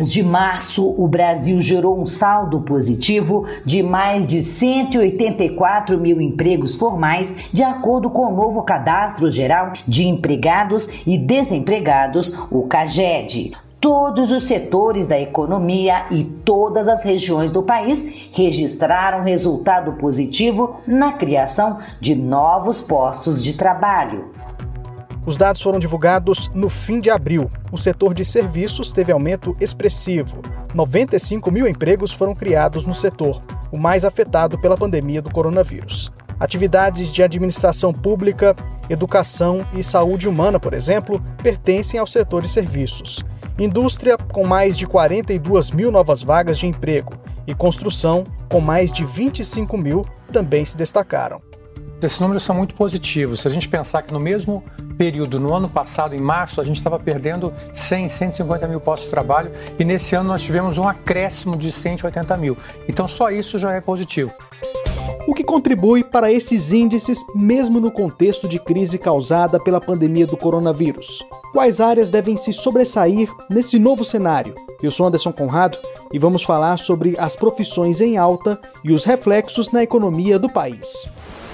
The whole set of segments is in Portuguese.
mês de março, o Brasil gerou um saldo positivo de mais de 184 mil empregos formais, de acordo com o novo Cadastro Geral de Empregados e Desempregados, o CAGED. Todos os setores da economia e todas as regiões do país registraram resultado positivo na criação de novos postos de trabalho. Os dados foram divulgados no fim de abril. O setor de serviços teve aumento expressivo. 95 mil empregos foram criados no setor, o mais afetado pela pandemia do coronavírus. Atividades de administração pública, educação e saúde humana, por exemplo, pertencem ao setor de serviços. Indústria, com mais de 42 mil novas vagas de emprego, e construção, com mais de 25 mil, também se destacaram. Esses números são muito positivos. Se a gente pensar que no mesmo período, no ano passado, em março, a gente estava perdendo 150 mil postos de trabalho e nesse ano nós tivemos um acréscimo de 180 mil. Então só isso já é positivo. O que contribui para esses índices, mesmo no contexto de crise causada pela pandemia do coronavírus? Quais áreas devem se sobressair nesse novo cenário? Eu sou Anderson Conrado e vamos falar sobre as profissões em alta e os reflexos na economia do país.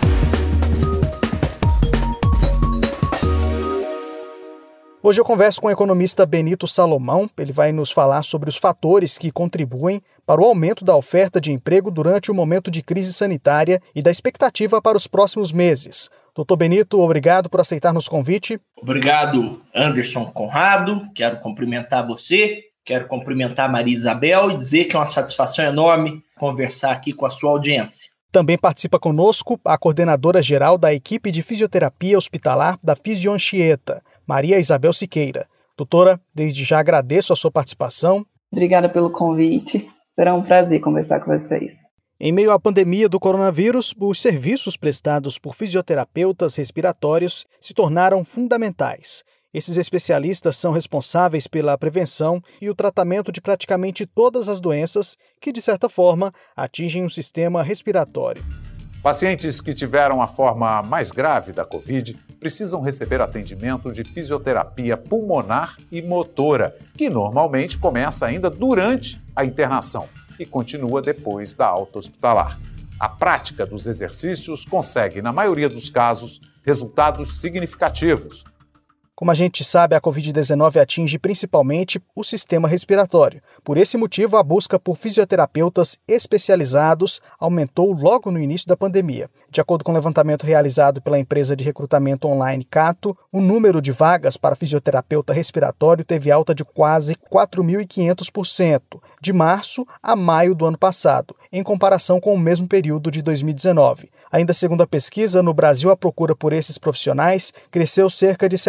Hoje eu converso com o economista Benito Salomão. Ele vai nos falar sobre os fatores que contribuem para o aumento da oferta de emprego durante o momento de crise sanitária e da expectativa para os próximos meses. Doutor Benito, obrigado por aceitar nosso convite. Obrigado, Anderson Conrado. Quero cumprimentar você, quero cumprimentar a Maria Isabel e dizer que é uma satisfação enorme conversar aqui com a sua audiência. Também participa conosco a coordenadora geral da equipe de fisioterapia hospitalar da Fisio Anchieta, Maria Isabel Siqueira. Doutora, desde já agradeço a sua participação. Obrigada pelo convite. Será um prazer conversar com vocês. Em meio à pandemia do coronavírus, os serviços prestados por fisioterapeutas respiratórios se tornaram fundamentais. Esses especialistas são responsáveis pela prevenção e o tratamento de praticamente todas as doenças que, de certa forma, atingem o sistema respiratório. Pacientes que tiveram a forma mais grave da Covid precisam receber atendimento de fisioterapia pulmonar e motora, que normalmente começa ainda durante a internação e continua depois da alta hospitalar. A prática dos exercícios consegue, na maioria dos casos, resultados significativos. Como a gente sabe, a Covid-19 atinge principalmente o sistema respiratório. Por esse motivo, a busca por fisioterapeutas especializados aumentou logo no início da pandemia. De acordo com o levantamento realizado pela empresa de recrutamento online Cato, o número de vagas para fisioterapeuta respiratório teve alta de quase 4.500%, de março a maio do ano passado, em comparação com o mesmo período de 2019. Ainda segundo a pesquisa, no Brasil a procura por esses profissionais cresceu cerca de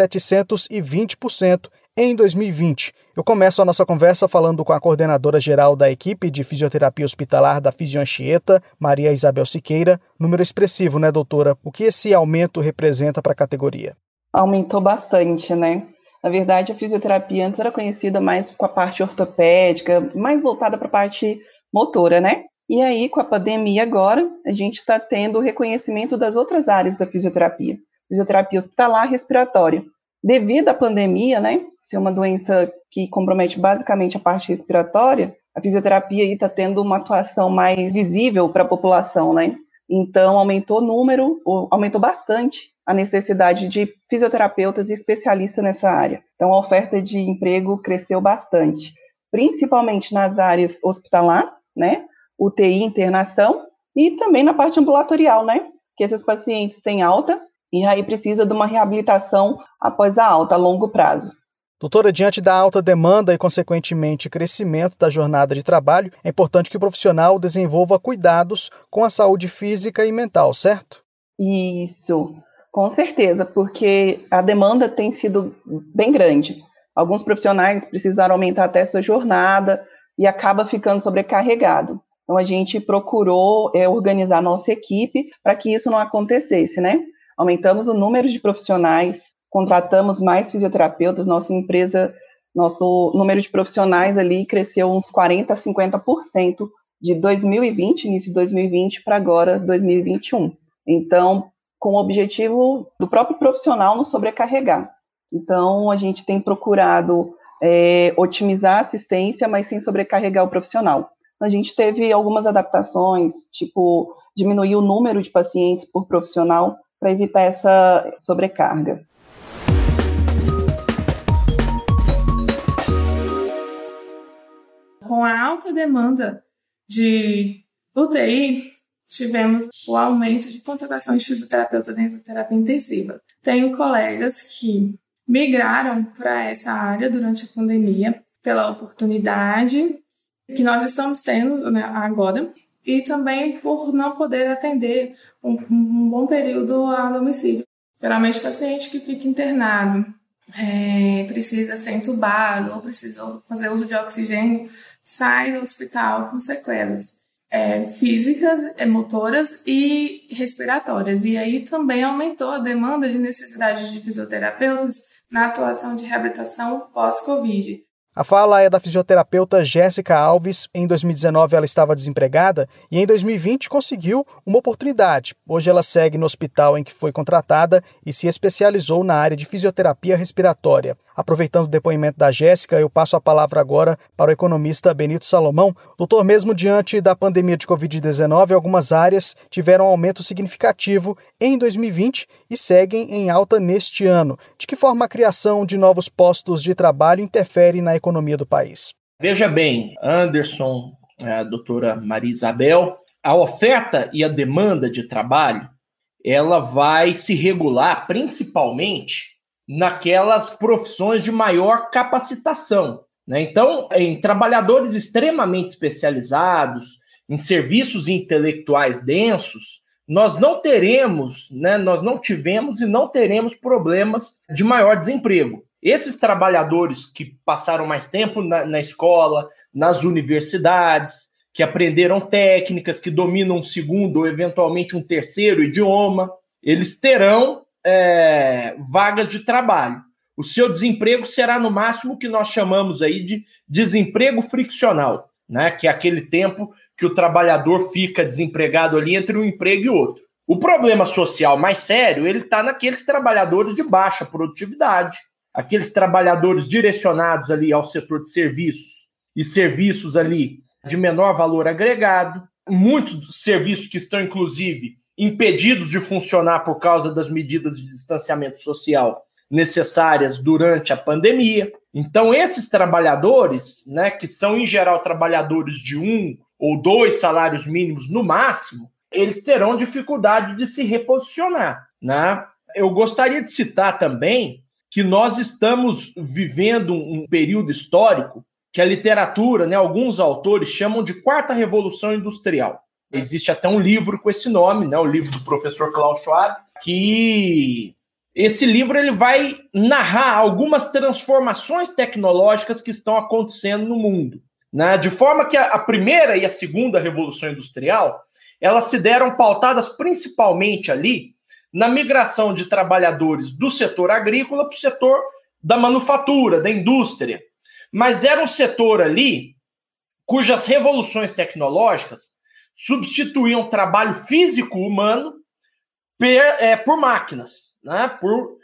720% em 2020. Eu começo a nossa conversa falando com a coordenadora geral da equipe de fisioterapia hospitalar da Fisio Anchieta, Maria Isabel Siqueira. Número expressivo, né, doutora? O que esse aumento representa para a categoria? Aumentou bastante, né? Na verdade, a fisioterapia antes era conhecida mais com a parte ortopédica, mais voltada para a parte motora, né? E aí, com a pandemia agora, a gente está tendo o reconhecimento das outras áreas da fisioterapia. Fisioterapia hospitalar, respiratória. Devido à pandemia, né, ser uma doença que compromete basicamente a parte respiratória, a fisioterapia está tendo uma atuação mais visível para a população, né? Então, aumentou bastante a necessidade de fisioterapeutas e especialistas nessa área. Então, a oferta de emprego cresceu bastante, principalmente nas áreas hospitalar, né, UTI, internação, e também na parte ambulatorial, né, que esses pacientes têm alta e aí precisa de uma reabilitação após a alta, a longo prazo. Doutora, diante da alta demanda e, consequentemente, crescimento da jornada de trabalho, é importante que o profissional desenvolva cuidados com a saúde física e mental, certo? Isso, com certeza, porque a demanda tem sido bem grande. Alguns profissionais precisaram aumentar até sua jornada e acaba ficando sobrecarregado. Então, a gente procurou organizar a nossa equipe para que isso não acontecesse, né? Aumentamos o número de profissionais, contratamos mais fisioterapeutas, nosso número de profissionais ali cresceu uns 40% a 50% de 2020, início de 2020, para agora 2021. Então, com o objetivo do próprio profissional não sobrecarregar. Então, a gente tem procurado otimizar a assistência, mas sem sobrecarregar o profissional. A gente teve algumas adaptações, tipo diminuir o número de pacientes por profissional para evitar essa sobrecarga. Com a alta demanda de UTI, tivemos o aumento de contratação de fisioterapeuta dentro da terapia intensiva. Tenho colegas que migraram para essa área durante a pandemia pela oportunidade que nós estamos tendo, né, agora, e também por não poder atender um bom período a domicílio. Geralmente, o paciente que fica internado precisa ser entubado ou precisa fazer uso de oxigênio, sai do hospital com sequelas físicas, motoras e respiratórias. E aí também aumentou a demanda de necessidade de fisioterapeutas na atuação de reabilitação pós-Covid. A fala é da fisioterapeuta Jéssica Alves. Em 2019 ela estava desempregada e em 2020 conseguiu uma oportunidade. Hoje ela segue no hospital em que foi contratada e se especializou na área de fisioterapia respiratória. Aproveitando o depoimento da Jéssica, eu passo a palavra agora para o economista Benito Salomão. Doutor, mesmo diante da pandemia de Covid-19, algumas áreas tiveram um aumento significativo em 2020 e seguem em alta neste ano. De que forma a criação de novos postos de trabalho interfere na economia do país? Veja bem, Anderson, a doutora Maria Isabel, a oferta e a demanda de trabalho, ela vai se regular principalmente naquelas profissões de maior capacitação, né? Então, em trabalhadores extremamente especializados, em serviços intelectuais densos, nós não teremos, né, nós não tivemos e não teremos problemas de maior desemprego. Esses trabalhadores que passaram mais tempo na escola, nas universidades, que aprenderam técnicas, que dominam um segundo ou eventualmente um terceiro idioma, eles terão vagas de trabalho. O seu desemprego será no máximo o que nós chamamos aí de desemprego friccional, né? Que é aquele tempo que o trabalhador fica desempregado ali entre um emprego e outro. O problema social mais sério, ele está naqueles trabalhadores de baixa produtividade, aqueles trabalhadores direcionados ali ao setor de serviços e serviços ali de menor valor agregado, muitos serviços que estão, inclusive, impedidos de funcionar por causa das medidas de distanciamento social necessárias durante a pandemia. Então, esses trabalhadores, né, que são, em geral, trabalhadores de 1 ou 2 salários mínimos no máximo, eles terão dificuldade de se reposicionar, né? Eu gostaria de citar também que nós estamos vivendo um período histórico que a literatura, né, alguns autores chamam de Quarta Revolução Industrial. Existe até um livro com esse nome, né, o livro do professor Klaus Schwab, que esse livro ele vai narrar algumas transformações tecnológicas que estão acontecendo no mundo, né, de forma que a primeira e a segunda Revolução Industrial, elas se deram pautadas principalmente ali na migração de trabalhadores do setor agrícola para o setor da manufatura, da indústria. Mas era um setor ali cujas revoluções tecnológicas substituíam trabalho físico humano por máquinas, né? Por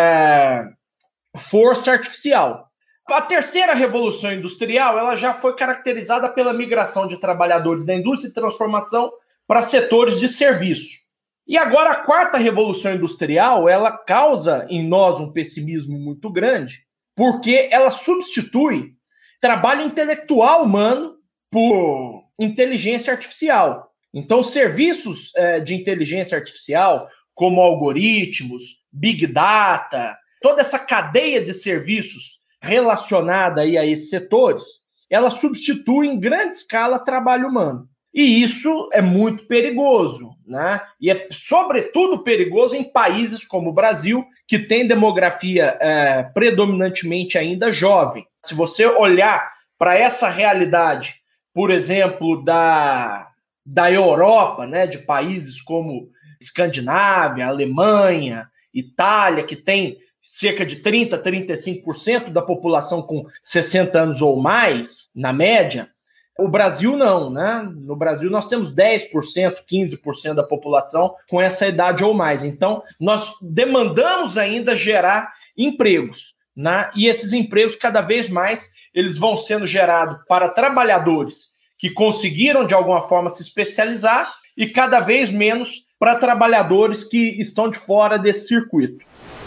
força artificial. A terceira revolução industrial ela já foi caracterizada pela migração de trabalhadores da indústria e transformação para setores de serviço. E agora a quarta revolução industrial ela causa em nós um pessimismo muito grande, porque ela substitui trabalho intelectual humano por inteligência artificial. Então, serviços de inteligência artificial, como algoritmos, big data, toda essa cadeia de serviços relacionada aí a esses setores, ela substitui em grande escala trabalho humano. E isso é muito perigoso, né? E é sobretudo perigoso em países como o Brasil, que tem demografia predominantemente ainda jovem. Se você olhar para essa realidade, por exemplo, da Europa, né, de países como Escandinávia, Alemanha, Itália, que tem cerca de 30%, 35% da população com 60 anos ou mais, na média, o Brasil não, né? No Brasil nós temos 10%, 15% da população com essa idade ou mais. Então, nós demandamos ainda gerar empregos, né? E esses empregos, cada vez mais, eles vão sendo gerados para trabalhadores que conseguiram, de alguma forma, se especializar e cada vez menos para trabalhadores que estão de fora desse circuito.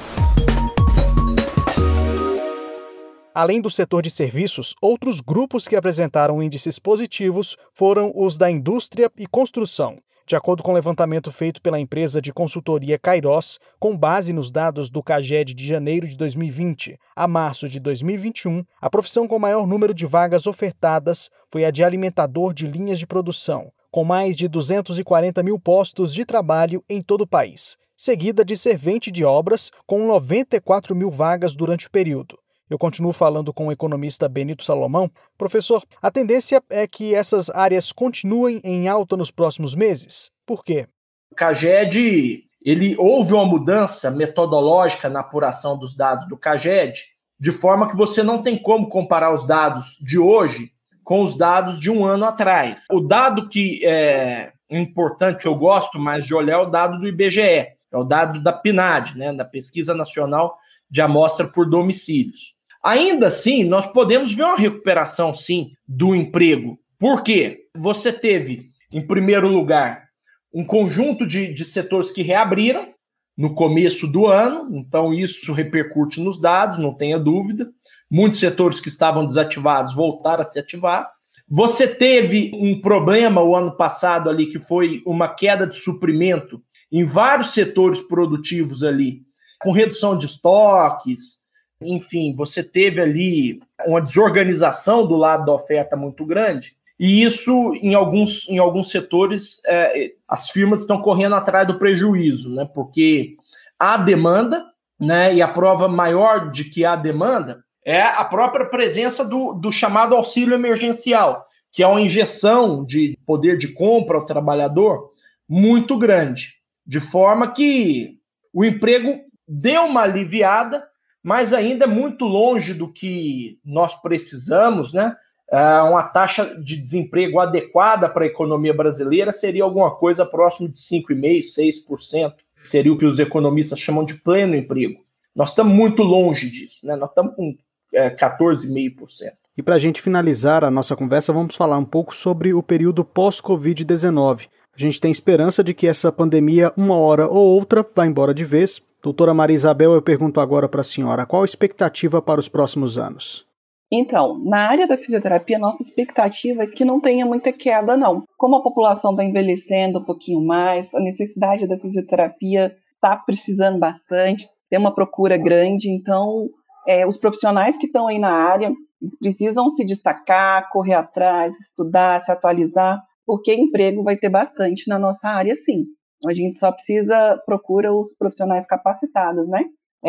Além do setor de serviços, outros grupos que apresentaram índices positivos foram os da indústria e construção. De acordo com o levantamento feito pela empresa de consultoria Kairos, com base nos dados do CAGED de janeiro de 2020 a março de 2021, a profissão com maior número de vagas ofertadas foi a de alimentador de linhas de produção, com mais de 240 mil postos de trabalho em todo o país, seguida de servente de obras, com 94 mil vagas durante o período. Eu continuo falando com o economista Benito Salomão. Professor, a tendência é que essas áreas continuem em alta nos próximos meses? Por quê? O CAGED, houve uma mudança metodológica na apuração dos dados do CAGED, de forma que você não tem como comparar os dados de hoje com os dados de um ano atrás. O dado que é importante, que eu gosto mais de olhar, é o dado do IBGE, é o dado da PNAD, né, da Pesquisa Nacional de Amostra por Domicílios. Ainda assim, nós podemos ver uma recuperação, sim, do emprego. Por quê? Você teve, em primeiro lugar, um conjunto de setores que reabriram no começo do ano, então isso repercute nos dados, não tenha dúvida. Muitos setores que estavam desativados voltaram a se ativar. Você teve um problema o ano passado ali, que foi uma queda de suprimento em vários setores produtivos ali, com redução de estoques. Enfim, você teve ali uma desorganização do lado da oferta muito grande, e isso, em alguns setores, as firmas estão correndo atrás do prejuízo, né? Porque há demanda, né? E a prova maior de que há demanda é a própria presença do chamado auxílio emergencial, que é uma injeção de poder de compra ao trabalhador muito grande, de forma que o emprego deu uma aliviada, mas ainda é muito longe do que nós precisamos, né? Uma taxa de desemprego adequada para a economia brasileira seria alguma coisa próximo de 5,5%, 6%, seria o que os economistas chamam de pleno emprego. Nós estamos muito longe disso, né? Nós estamos com 14,5%. E para a gente finalizar a nossa conversa, vamos falar um pouco sobre o período pós-Covid-19. A gente tem esperança de que essa pandemia, uma hora ou outra, vá embora de vez. Doutora Maria Isabel, eu pergunto agora para a senhora, qual a expectativa para os próximos anos? Então, na área da fisioterapia, nossa expectativa é que não tenha muita queda, não. Como a população está envelhecendo um pouquinho mais, a necessidade da fisioterapia está precisando bastante, tem uma procura grande, então os profissionais que estão aí na área, eles precisam se destacar, correr atrás, estudar, se atualizar, porque emprego vai ter bastante na nossa área, sim. A gente só procura os profissionais capacitados, né?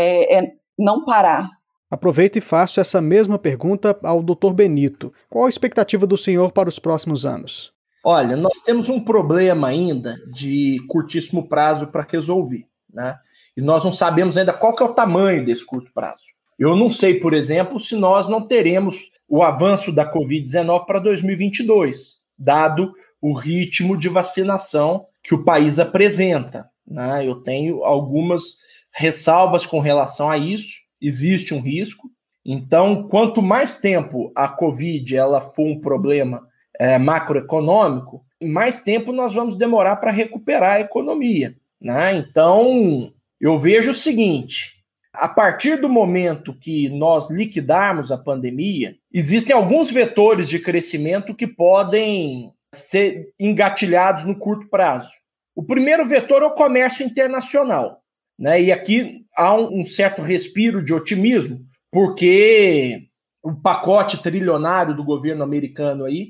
Não parar. Aproveito e faço essa mesma pergunta ao Dr. Benito. Qual a expectativa do senhor para os próximos anos? Olha, nós temos um problema ainda de curtíssimo prazo para resolver, né? E nós não sabemos ainda qual que é o tamanho desse curto prazo. Eu não sei, por exemplo, se nós não teremos o avanço da Covid-19 para 2022, dado o ritmo de vacinação que o país apresenta, né? Eu tenho algumas ressalvas com relação a isso, existe um risco. Então, quanto mais tempo a Covid ela for um problema macroeconômico, mais tempo nós vamos demorar para recuperar a economia, né? Então, eu vejo o seguinte: a partir do momento que nós liquidarmos a pandemia, existem alguns vetores de crescimento que podem ser engatilhados no curto prazo. O primeiro vetor é o comércio internacional, né? E aqui há um certo respiro de otimismo, porque o pacote trilionário do governo americano aí,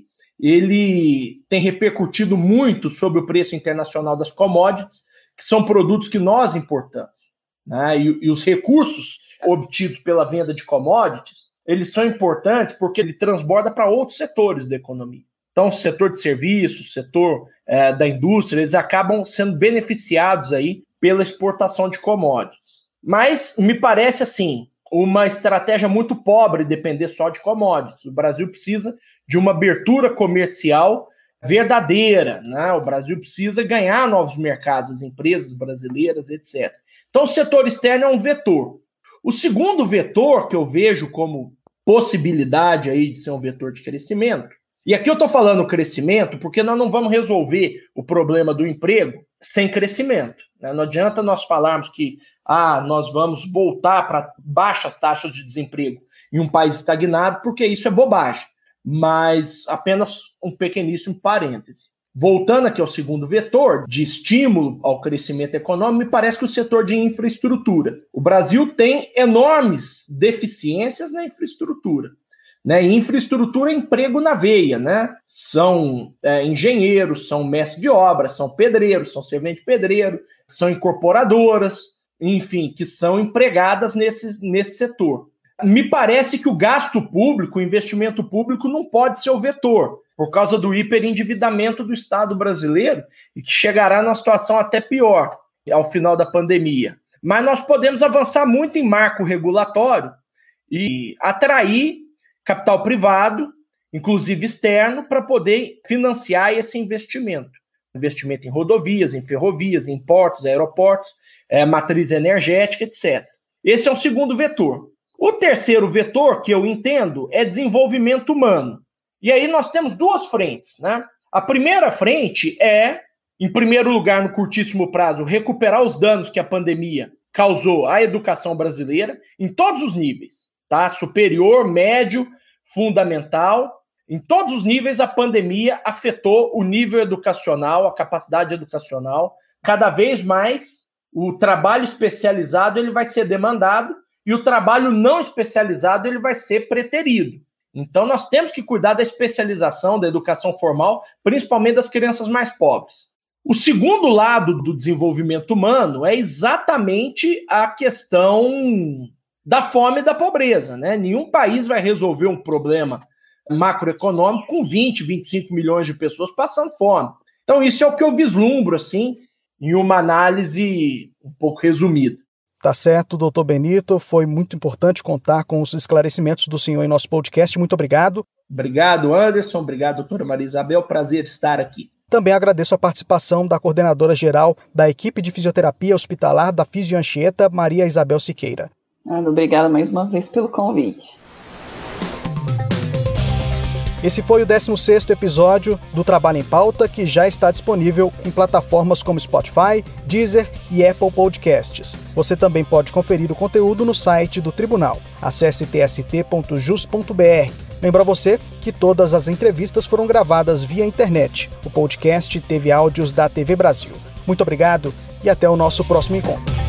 ele tem repercutido muito sobre o preço internacional das commodities, que são produtos que nós importamos, né? E os recursos obtidos pela venda de commodities, eles são importantes porque ele transborda para outros setores da economia. Então, o setor de serviços, o setor da indústria, eles acabam sendo beneficiados aí pela exportação de commodities. Mas me parece, assim, uma estratégia muito pobre depender só de commodities. O Brasil precisa de uma abertura comercial verdadeira, né? O Brasil precisa ganhar novos mercados, as empresas brasileiras, etc. Então, o setor externo é um vetor. O segundo vetor que eu vejo como possibilidade aí de ser um vetor de crescimento, e aqui eu estou falando crescimento porque nós não vamos resolver o problema do emprego sem crescimento, né? Não adianta nós falarmos que nós vamos voltar para baixas taxas de desemprego em um país estagnado, porque isso é bobagem. Mas apenas um pequeníssimo parêntese. Voltando aqui ao segundo vetor, de estímulo ao crescimento econômico, me parece que o setor de infraestrutura. O Brasil tem enormes deficiências na infraestrutura. Né? E infraestrutura é emprego na veia, né? São engenheiros, são mestres de obras, são pedreiros, são serventes de pedreiro, são incorporadoras, enfim, que são empregadas nesse setor. Me parece que o gasto público, o investimento público não pode ser o vetor, por causa do hiperendividamento do Estado brasileiro, e que chegará numa situação até pior ao final da pandemia. Mas nós podemos avançar muito em marco regulatório e atrair capital privado, inclusive externo, para poder financiar esse investimento. Investimento em rodovias, em ferrovias, em portos, aeroportos, matriz energética, etc. Esse é o segundo vetor. O terceiro vetor, que eu entendo, é desenvolvimento humano. E aí nós temos duas frentes, né? A primeira frente é, em primeiro lugar, no curtíssimo prazo, recuperar os danos que a pandemia causou à educação brasileira, em todos os níveis, tá? Superior, médio, fundamental. Em todos os níveis, a pandemia afetou o nível educacional, a capacidade educacional. Cada vez mais, o trabalho especializado ele vai ser demandado e o trabalho não especializado ele vai ser preterido. Então, nós temos que cuidar da especialização da educação formal, principalmente das crianças mais pobres. O segundo lado do desenvolvimento humano é exatamente a questão da fome e da pobreza, né? Nenhum país vai resolver um problema macroeconômico com 20, 25 milhões de pessoas passando fome. Então, isso é o que eu vislumbro, assim, em uma análise um pouco resumida. Tá certo, doutor Benito. Foi muito importante contar com os esclarecimentos do senhor em nosso podcast. Muito obrigado. Obrigado, Anderson. Obrigado, doutora Maria Isabel. Prazer estar aqui. Também agradeço a participação da coordenadora-geral da equipe de fisioterapia hospitalar da Fisio Anchieta, Maria Isabel Siqueira. Obrigada mais uma vez pelo convite. Esse foi o 16º episódio do Trabalho em Pauta, que já está disponível em plataformas como Spotify, Deezer e Apple Podcasts. Você também pode conferir o conteúdo no site do Tribunal. Acesse tst.jus.br. Lembro a você que todas as entrevistas foram gravadas via internet. O podcast teve áudios da TV Brasil. Muito obrigado e até o nosso próximo encontro.